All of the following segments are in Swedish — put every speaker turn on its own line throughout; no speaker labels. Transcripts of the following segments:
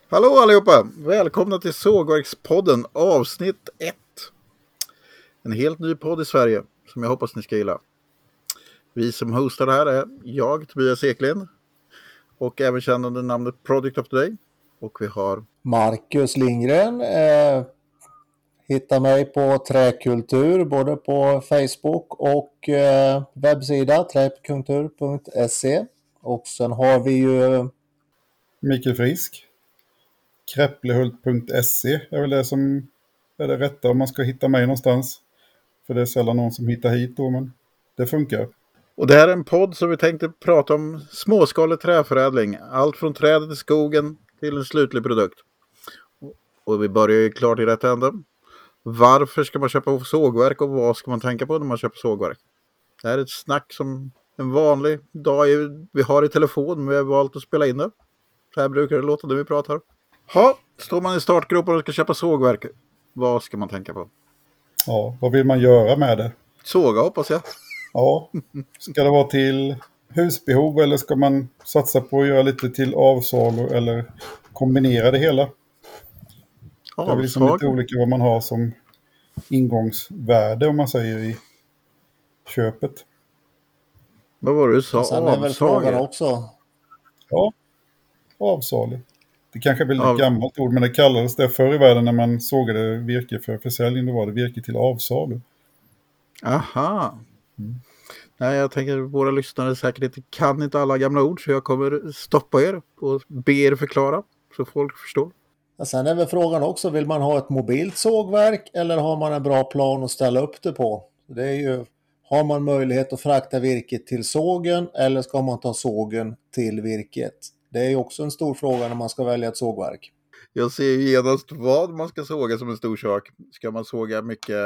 Hallå allihopa! Välkomna till Sågverkspodden avsnitt 1. En helt ny podd i Sverige som jag hoppas ni ska gilla. Vi som hostar det här är jag, Tobias Eklind, och även känd under namnet Project of the Day. Och vi har
Marcus Lindgren. Hittar mig på Träkultur både på Facebook och webbsida träkultur.se. Och sen har vi ju
Mikael Frisk. Kräpplehult.se är väl det som är det rätta om man ska hitta mig någonstans. För det är sällan någon som hittar hit då, men det funkar.
Och det här är en podd som vi tänkte prata om småskalig träförädling. Allt från trädet till skogen till en slutlig produkt. Och vi börjar ju klart i rätt ände. Varför ska man köpa sågverk och vad ska man tänka på när man köper sågverk? Det här är ett snack som en vanlig dag vi har i telefon, men vi har valt att spela in det. Så här brukar det låta när vi pratar. Står man i startgropen och ska köpa sågverk, vad ska man tänka på?
Ja, vad vill man göra med det?
Såga hoppas jag.
Ja, ska det vara till husbehov eller ska man satsa på att göra lite till avsalu eller kombinera det hela? Det är liksom lite olika vad man har som ingångsvärde om man säger i köpet.
Vad var det du sa?
sen är väl frågan också.
Ja, avsalu. Det kanske blir lite gammalt ord, men det kallades det förr i världen när man sågade virke för försäljning. Då var det virke till avsalu.
Aha. Nej, jag tänker våra lyssnare säkert kan inte alla gamla ord, så jag kommer stoppa er och be er förklara så folk förstår.
Sen är väl frågan också, vill man ha ett mobilt sågverk eller har man en bra plan att ställa upp det på? Det är ju, har man möjlighet att frakta virket till sågen eller ska man ta sågen till virket? Det är ju också en stor fråga när man ska välja ett sågverk.
Jag ser ju genast vad man ska såga som en stor sak. Ska man såga mycket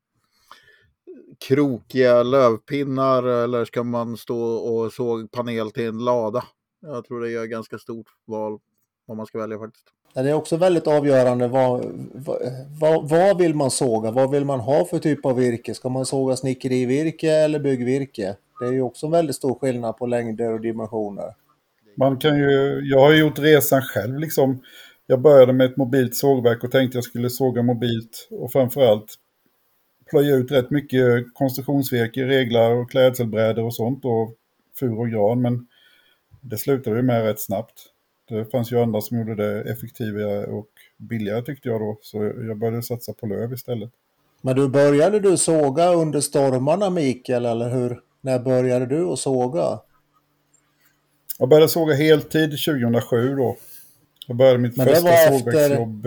krokiga lövpinnar eller ska man stå och såga panel till en lada? Jag tror det är ganska stort val vad man ska välja faktiskt.
Det är också väldigt avgörande vad vill man såga? Vad vill man ha för typ av virke? Ska man såga snickerivirke eller byggvirke? Det är ju också en väldigt stor skillnad på längder och dimensioner.
Jag har gjort resan själv liksom. Jag började med ett mobilt sågverk och tänkte jag skulle såga mobilt och framförallt plöja ut rätt mycket konstruktionsvirke, reglar och klädselbrädor och sånt och fur och gran, men det slutade ju med rätt snabbt. Det fanns ju andra som gjorde det effektivare och billigare tyckte jag då, så jag började satsa på löv istället.
Men började du såga under stormarna, Mikael, eller hur? När började du att såga?
Jag började såga heltid 2007 då. Jag började mitt första sågverksjobb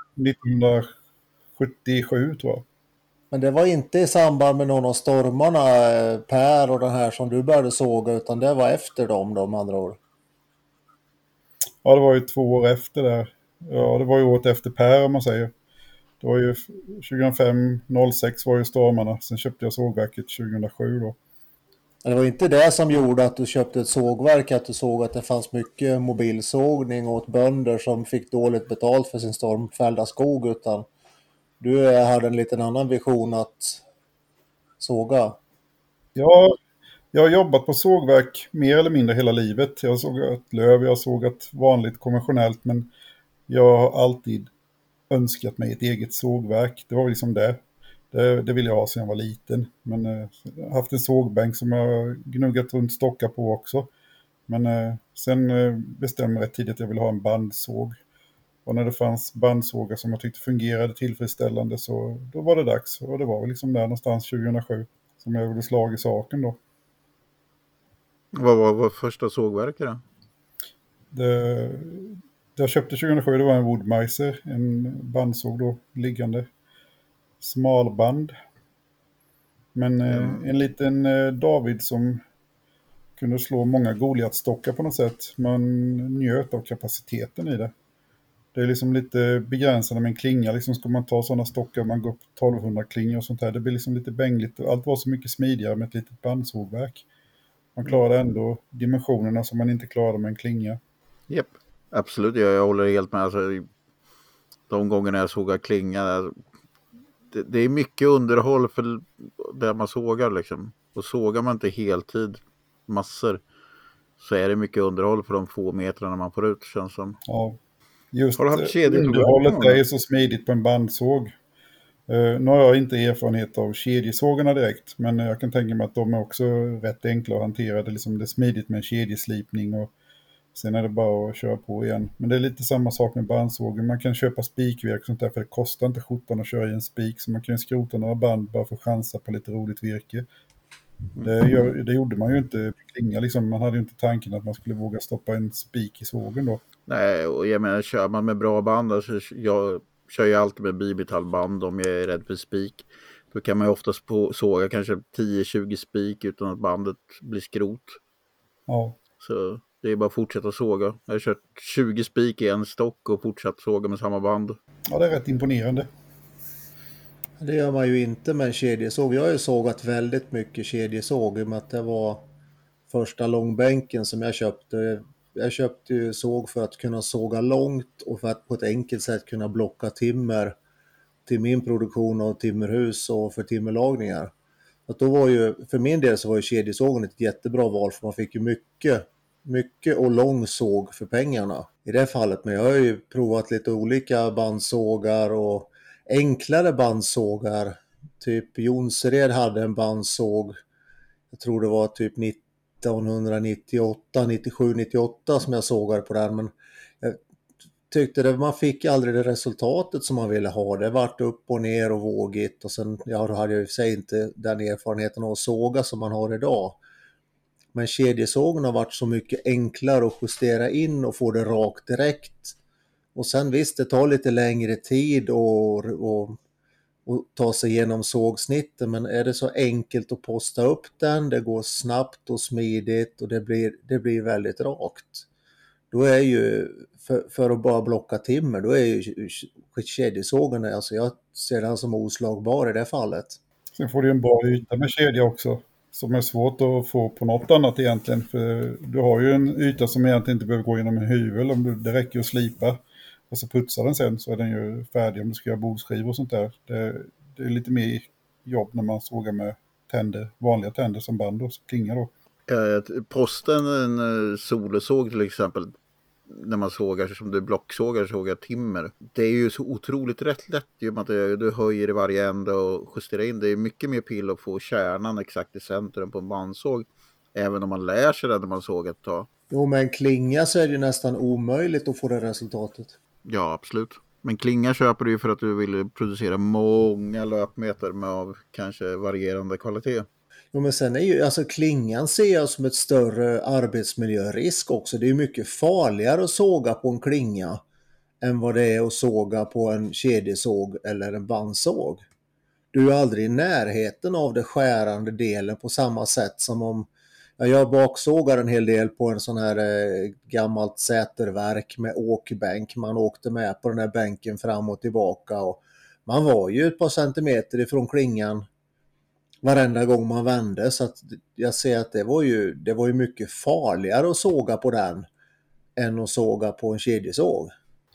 1977 tror jag.
Men det var inte i samband med någon av stormarna, Per och den här som du började såga, utan det var efter dem då med andra ord?
Ja, det var ju 2 år efter där. Ja, det var ju året efter Per om man säger. Det var ju 2005-06 var ju stormarna. Sen köpte jag sågverket 2007 då.
Det var inte det som gjorde att du köpte ett sågverk, att du såg att det fanns mycket mobilsågning åt bönder som fick dåligt betalt för sin stormfällda skog, utan du hade en liten annan vision att såga.
Ja, jag har jobbat på sågverk mer eller mindre hela livet. Jag har sågat löv, jag har sågat vanligt konventionellt, men jag har alltid önskat mig ett eget sågverk. Det var liksom det. Det ville jag ha sedan jag var liten. Men jag har haft en sågbänk som jag har gnuggat runt stockar på också. Men sen bestämde jag rätt tidigt att jag ville ha en bandsåg. Och när det fanns bandsågar som jag tyckte fungerade tillfredsställande så då var det dags. Och det var väl liksom där någonstans 2007 som jag gjorde slag i saken då.
Vad var första sågverket då?
Det jag köpte 2007 det var en Woodmiser, en bandsåg då, liggande. Smalband. Men en liten David som kunde slå många Goliatstockar på något sätt. Man njöt av kapaciteten i det. Det är liksom lite begränsande med en klinga. Liksom ska man ta sådana stockar, man går upp 1200 klingor och sånt där. Det blir liksom lite bängligt. Allt var så mycket smidigare med ett litet bandsågverk. Man klarade ändå dimensionerna som man inte klarade med en klinga.
Japp, absolut. Jag håller helt med. Alltså, de gångerna jag sågar klinga, det är mycket underhåll för där man sågar liksom. Och sågar man inte heltid massor så är det mycket underhåll för de få metrarna man får ut, känns som.
Ja. Just
Har du haft kedjesåg?
underhållet är ju så smidigt på en bandsåg. Nu har jag inte erfarenhet av kedjesågarna direkt, men jag kan tänka mig att de är också rätt enkla att hantera. Det är smidigt med en kedjeslipning och sen är det bara att köra på igen. Men det är lite samma sak med bandsågen. Man kan köpa spikvirk och sånt där, för det kostar inte 17 att köra i en spik, så man kan ju skrota några band bara för att chansa på lite roligt virke. Det gjorde man ju inte på klinga liksom. Man hade ju inte tanken att man skulle våga stoppa en spik i sågen då.
Nej, och jag menar, kör man med bra band, alltså, jag kör ju alltid med bimetallband om jag är rädd för spik. Då kan man ju oftast såga kanske 10-20 spik utan att bandet blir skrot.
Ja.
Så det är bara att fortsätta såga. Jag har kört 20 spik i en stock och fortsatt såga med samma band.
Ja, det är rätt imponerande.
Det gör man ju inte med en kedjesåg. Jag har ju sågat väldigt mycket kedjesåg i och med att det var första långbänken som jag köpte. Jag köpte ju såg för att kunna såga långt och för att på ett enkelt sätt kunna blocka timmer till min produktion av timmerhus och för timmerlagningar. Att då var ju, för min del så var ju kedjesågen ett jättebra val, för man fick ju mycket och lång såg för pengarna i det fallet. Men jag har ju provat lite olika bandsågar och enklare bandsågar. Typ Jonsered hade en bandsåg, jag tror det var typ 1998, 97, 98 som jag sågade på den. Men jag tyckte det, man fick aldrig det resultatet som man ville ha. Det vart upp och ner och vågigt. Och sen, ja, då hade jag i sig inte den erfarenheten av att såga som man har idag. Men kedjesågen har varit så mycket enklare att justera in och få det rakt direkt. Och sen visst, det tar lite längre tid och ta sig igenom sågsnitten, men är det så enkelt att posta upp den, det går snabbt och smidigt och det blir väldigt rakt. Då är ju, för att bara blocka timmer, då är ju kedjesågen, alltså jag ser den som oslagbar i det fallet.
Sen får du en bra yta med kedja också, som är svårt att få på något annat egentligen. För du har ju en yta som egentligen inte behöver gå genom en hyvel. Det räcker att slipa och så putsar den sen, så är den ju färdig om du ska göra bordsskivor och sånt där. Det är lite mer jobb när man sågar med vanliga tänder som band och klingar då.
Posten en solosåg till exempel, när man sågar som du sågar timmer. Det är ju så otroligt rätt lätt ju, att du höjer i varje ände och justerar in. Det är mycket mer pill att få kärnan exakt i centrum på en bandsåg. Även om man lär sig det när man sågar ett tag.
Jo, med en klinga så är det ju nästan omöjligt att få det resultatet.
Ja, absolut. Men klinga köper du ju för att du vill producera många löpmeter med av kanske varierande kvalitet.
Jo, men sen är ju, alltså klingan ser jag som ett större arbetsmiljörisk också. Det är ju mycket farligare att såga på en klinga än vad det är att såga på en kedjesåg eller en bandsåg. Du är aldrig i närheten av det skärande delen på samma sätt som om jag baksågar en hel del på en sån här gammalt säterverk med åkbänk. Man åkte med på den här bänken fram och tillbaka och man var ju ett par centimeter ifrån klingan varenda gång man vände, så att jag ser att det var ju mycket farligare att såga på den än att såga på en kedjesåg.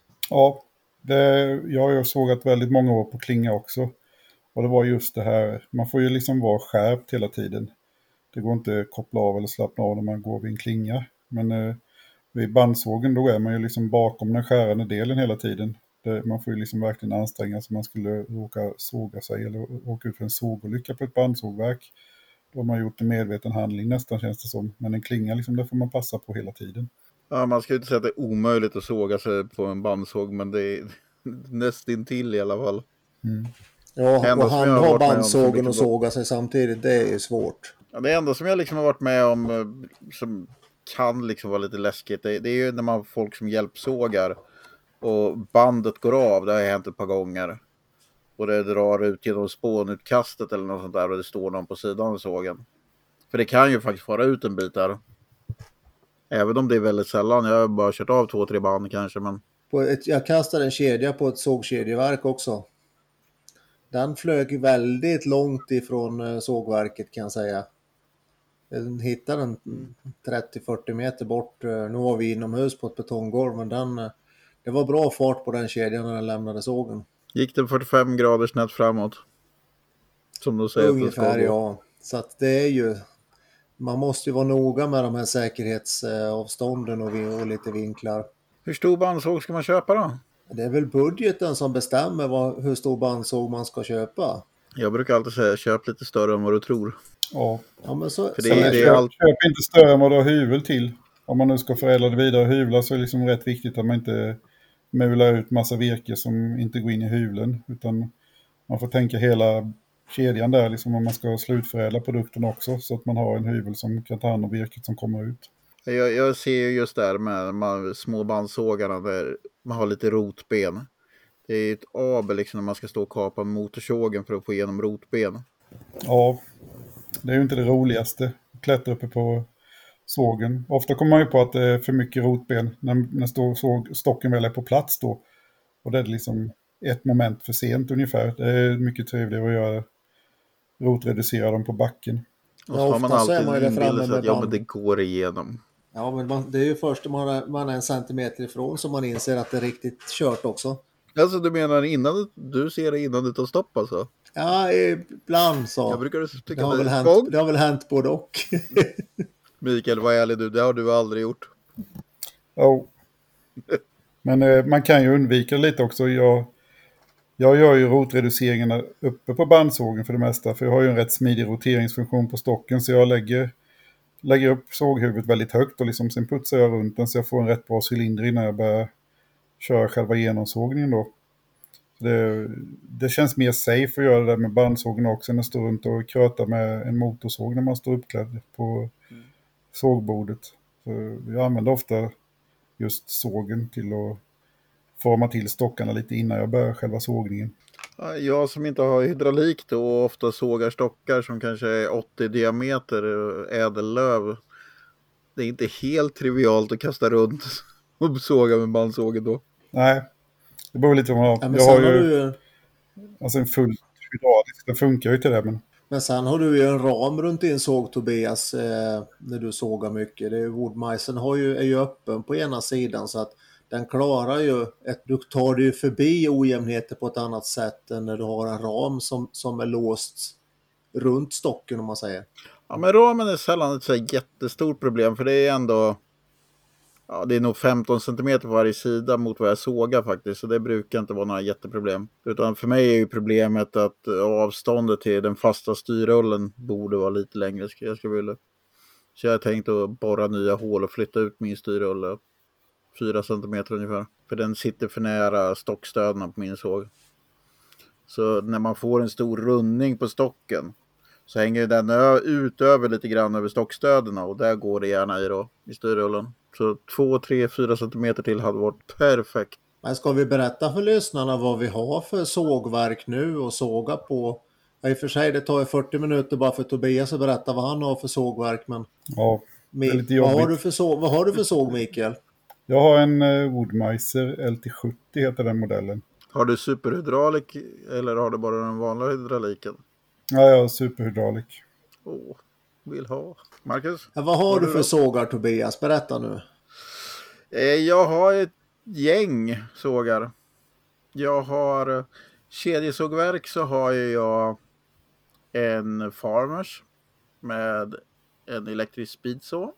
Ja, jag har ju sågat väldigt många år på klinga också. Och det var just det här, man får ju liksom vara skärpt hela tiden. Det går inte att koppla av eller slappna av när man går vid en klinga. Men vid bandsågen då är man ju liksom bakom den skärande delen hela tiden. Man får ju liksom verkligen anstränga sig om man skulle råka såga sig eller åka ut för en sågolycka på ett bandsågverk. Då har man gjort en medveten handling nästan, känns det som. Men en klinga liksom, det får man passa på hela tiden.
Ja, man ska ju inte säga att det är omöjligt att såga sig på en bandsåg, men det är nästintill i alla fall.
Mm. Ja, och han har bandsågen och såga sig samtidigt, det är svårt.
Ja, det enda som jag liksom har varit med om som kan liksom vara lite läskigt, det är ju när man har folk som hjälpsågar och bandet går av. Det har hänt ett par gånger. Och det drar ut genom spånutkastet eller något sånt där och det står någon på sidan av sågen. För det kan ju faktiskt fara ut en bit där. Även om det är väldigt sällan. Jag har bara kört av 2-3 band kanske. Men...
Jag kastade en kedja på ett sågkedjeverk också. Den flög väldigt långt ifrån sågverket kan jag säga. Jag hittade den 30-40 meter bort. Nu var vi inomhus på ett betonggolv, men det var bra fart på den kedjan när den lämnade sågen.
Gick den 45 grader snett framåt? Som du säger.
Ungefär, ja. Så att det är ju... Man måste ju vara noga med de här säkerhetsavstånden och lite vinklar.
Hur stor bandsåg ska man köpa då?
Det är väl budgeten som bestämmer hur stor bandsåg man ska köpa.
Jag brukar alltid säga köp lite större än vad du tror.
Ja.
Ja, men så,
För
så,
det är allt.
Köp inte större än vad du har hyvel till. Om man nu ska förädla det vidare och hyvla så är det liksom rätt viktigt att man inte mular ut massa virke som inte går in i hyvlen. Utan man får tänka hela kedjan där, liksom om man ska slutförädla produkten också. Så att man har en hyvel som kan ta hand om virket som kommer ut.
Jag ser ju just där med små bandsågarna där man har lite rotben. Det är ett abel liksom när man ska stå och kapa motorsågen för att få igenom rotben.
Ja, det är ju inte det roligaste. Klättra uppe på sågen. Ofta kommer man ju på att det är för mycket rotben när stocken väl är på plats då. Och det är liksom ett moment för sent ungefär. Det är mycket trevligare att göra rotreducera dem på backen.
Och så har man
ofta så är
alltid
man ju där
en
framme
inbillelse
med
att ja, men
band.
det går igenom.
Ja, men det är ju först när man är en centimeter ifrån som man inser att det är riktigt kört också.
Alltså du menar innan du ser det innan du tar stopp alltså?
Ja, ibland så.
Jag brukar tycka
Det har,
det
väl
är
hänt,
skång.
det har väl hänt både och.
Mikael, vad ärlig du, det har du aldrig gjort.
Ja. Men man kan ju undvika det lite också. Jag gör ju rotreduceringarna uppe på bandsågen för det mesta. För jag har ju en rätt smidig roteringsfunktion på stocken. Så jag lägger upp såghuvudet väldigt högt och liksom sen putsar jag runt den så jag får en rätt bra cylinder innan jag börjar köra själva genomsågningen då. Det känns mer safe att göra det där med bandsågen också än att stå runt och kröta med en motorsåg när man står uppklädd på sågbordet. Så jag använder ofta just sågen till att forma till stockarna lite innan jag börjar själva sågningen.
Jag som inte har hydraulik då och ofta sågar stockar som kanske är 80 diameter ädellöv. Det är inte helt trivialt att kasta runt och såga med bandsågen då.
Nej, det beror lite på vad man har.
Ja, men
Jag har
sen har
ju
du,
alltså en full hydraulisk, det funkar ju till det.
men sen har du ju en ram runt din såg, Tobias, när du sågar mycket. Det är ju, Woodmajsen är ju öppen på ena sidan så att den klarar ju, du tar dig ju förbi ojämnheter på ett annat sätt än när du har en ram som är låst runt stocken om man säger.
Ja, men ramen är sällan ett så här jättestort problem för det är ändå det är nog 15 cm på varje sida mot vad jag sågar faktiskt. Så det brukar inte vara några jätteproblem. Utan för mig är ju problemet att avståndet till den fasta styrrullen borde vara lite längre. Jag ska vilja. Så jag har tänkt att borra nya hål och flytta ut min styrrulle 4 cm ungefär. För den sitter för nära stockstödarna på min såg. Så när man får en stor rundning på stocken så hänger den ut över lite grann över stockstöderna och där går det gärna i då, i styrrullen. Så 2, 3, 4 cm till hade varit perfekt.
Men ska vi berätta för lyssnarna vad vi har för sågverk nu och såga på? Ja, i och för sig det tar ju 40 minuter bara för Tobias att berätta vad han har för sågverk. Men
Ja, det är lite
vad
jobbigt.
har du för såg, Mikael?
Jag har en Woodmeister LT70 heter den modellen.
Har du superhydraulik eller har du bara den vanliga hydrauliken?
Ja, jag har superhydraulik.
Vill ha. Marcus?
Ja, vad har du för sågar, Tobias? Berätta nu.
Jag har ett gäng sågar. Jag har kedjesågverk så har jag en Farmers med en elektrisk speedsaw.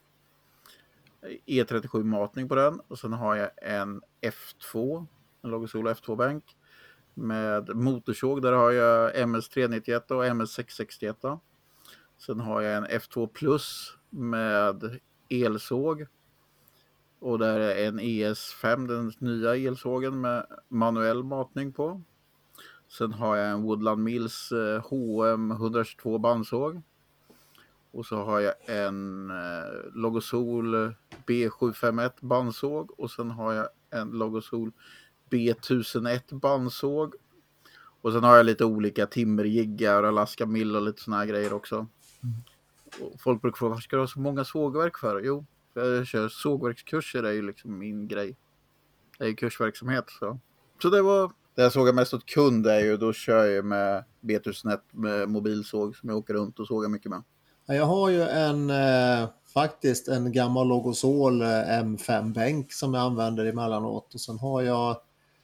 E37 matning på den. Och sen har jag en F2, en Logosol F2-bänk med motorsåg. Där har jag MS391 och MS661. Sen har jag en F2 Plus med elsåg. Och där är en ES5, den nya elsågen med manuell matning på. Sen har jag en Woodland Mills HM 122 bandsåg. Och så har jag en Logosol B751 bandsåg. Och sen har jag en Logosol B1001 bandsåg. Och sen har jag lite olika timmerjiggar och Alaska Mill och lite såna här grejer också. Och folk brukar fråga, varför ska du ha så många sågverk för? Jo, för jag kör sågverkskurser, det är ju liksom min grej. Det är ju kursverksamhet. Så det var, det jag sågar mest åt kund är ju, då kör jag med B1001 med mobilsåg som jag åker runt och sågar mycket med.
Jag har ju faktiskt en gammal Logosol M5-bänk som jag använder emellanåt. Och sen har jag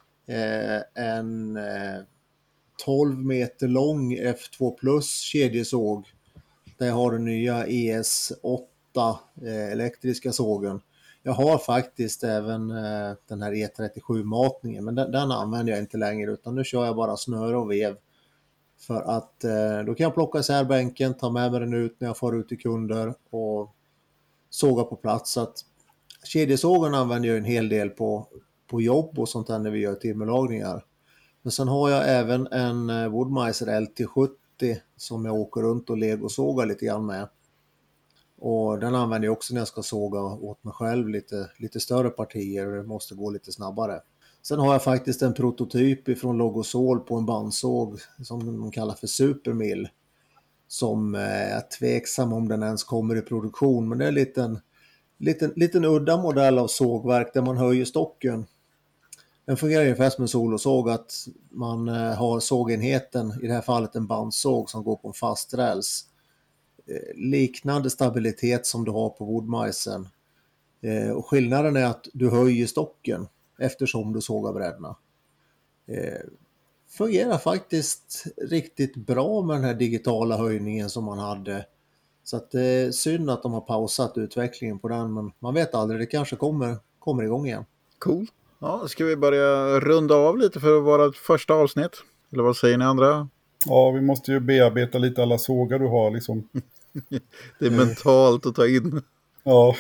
en 12 meter lång F2 Plus kedjesåg. Där jag har den nya ES8 elektriska sågen. Jag har faktiskt även den här E37-matningen, men den använder jag inte längre utan nu kör jag bara snöre och vev. För att då kan jag plocka isär bänken, ta med mig den ut när jag får ut till kunder och såga på plats. Så att kedjesågen använder jag en hel del på jobb och sånt där när vi gör timmerlagningar. Men sen har jag även en Woodmiser LT70 som jag åker runt och legosågar lite grann med. Och den använder jag också när jag ska såga åt mig själv lite större partier och det måste gå lite snabbare. Sen har jag faktiskt en prototyp från Logosol på en bandsåg som de kallar för Supermill. Som är tveksam om den ens kommer i produktion, men det är en liten udda modell av sågverk där man höjer stocken. Den fungerar ungefär som en solosåg, att man har sågenheten, i det här fallet en bandsåg som går på en fast räls. Liknande stabilitet som du har på Woodmisern. Och skillnaden är att du höjer stocken eftersom du sågar brädorna. Fungerar faktiskt riktigt bra med den här digitala höjningen som man hade. Så att det är synd att de har pausat utvecklingen på den, men man vet aldrig, det kanske kommer igång igen.
Cool. Ja, ska vi börja runda av lite för att vara ett första avsnitt? Eller vad säger ni andra?
Ja, vi måste ju bearbeta lite alla sågar du har liksom.
Det är mentalt att ta in.
Ja,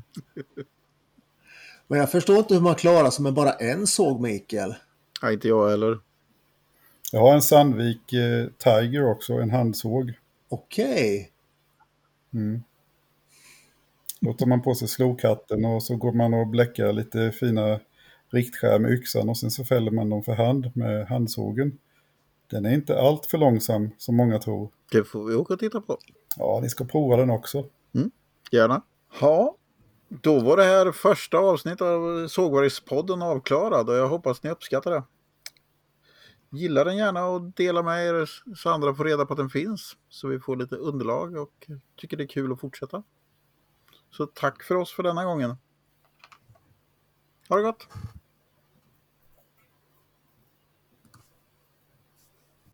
Men jag förstår inte hur man klarar sig med bara en såg, Mikael.
Nej, inte jag heller.
jag har en Sandvik Tiger också, en handsåg.
Okej.
Då tar man på sig slokhatten och så går man och bläckar lite fina riktskär med yxan och sen så fäller man dem för hand med handsågen. Den är inte allt för långsam som många tror.
Det får vi åka och titta på.
Ja, ni ska prova den också.
Gärna. Ja, då var det här första avsnitt av Sågverkspodden avklarad och jag hoppas ni uppskattar det. Gilla den gärna och dela med er så andra får reda på att den finns. Så vi får lite underlag och tycker det är kul att fortsätta. Så tack för oss för denna gången. Ha det gott!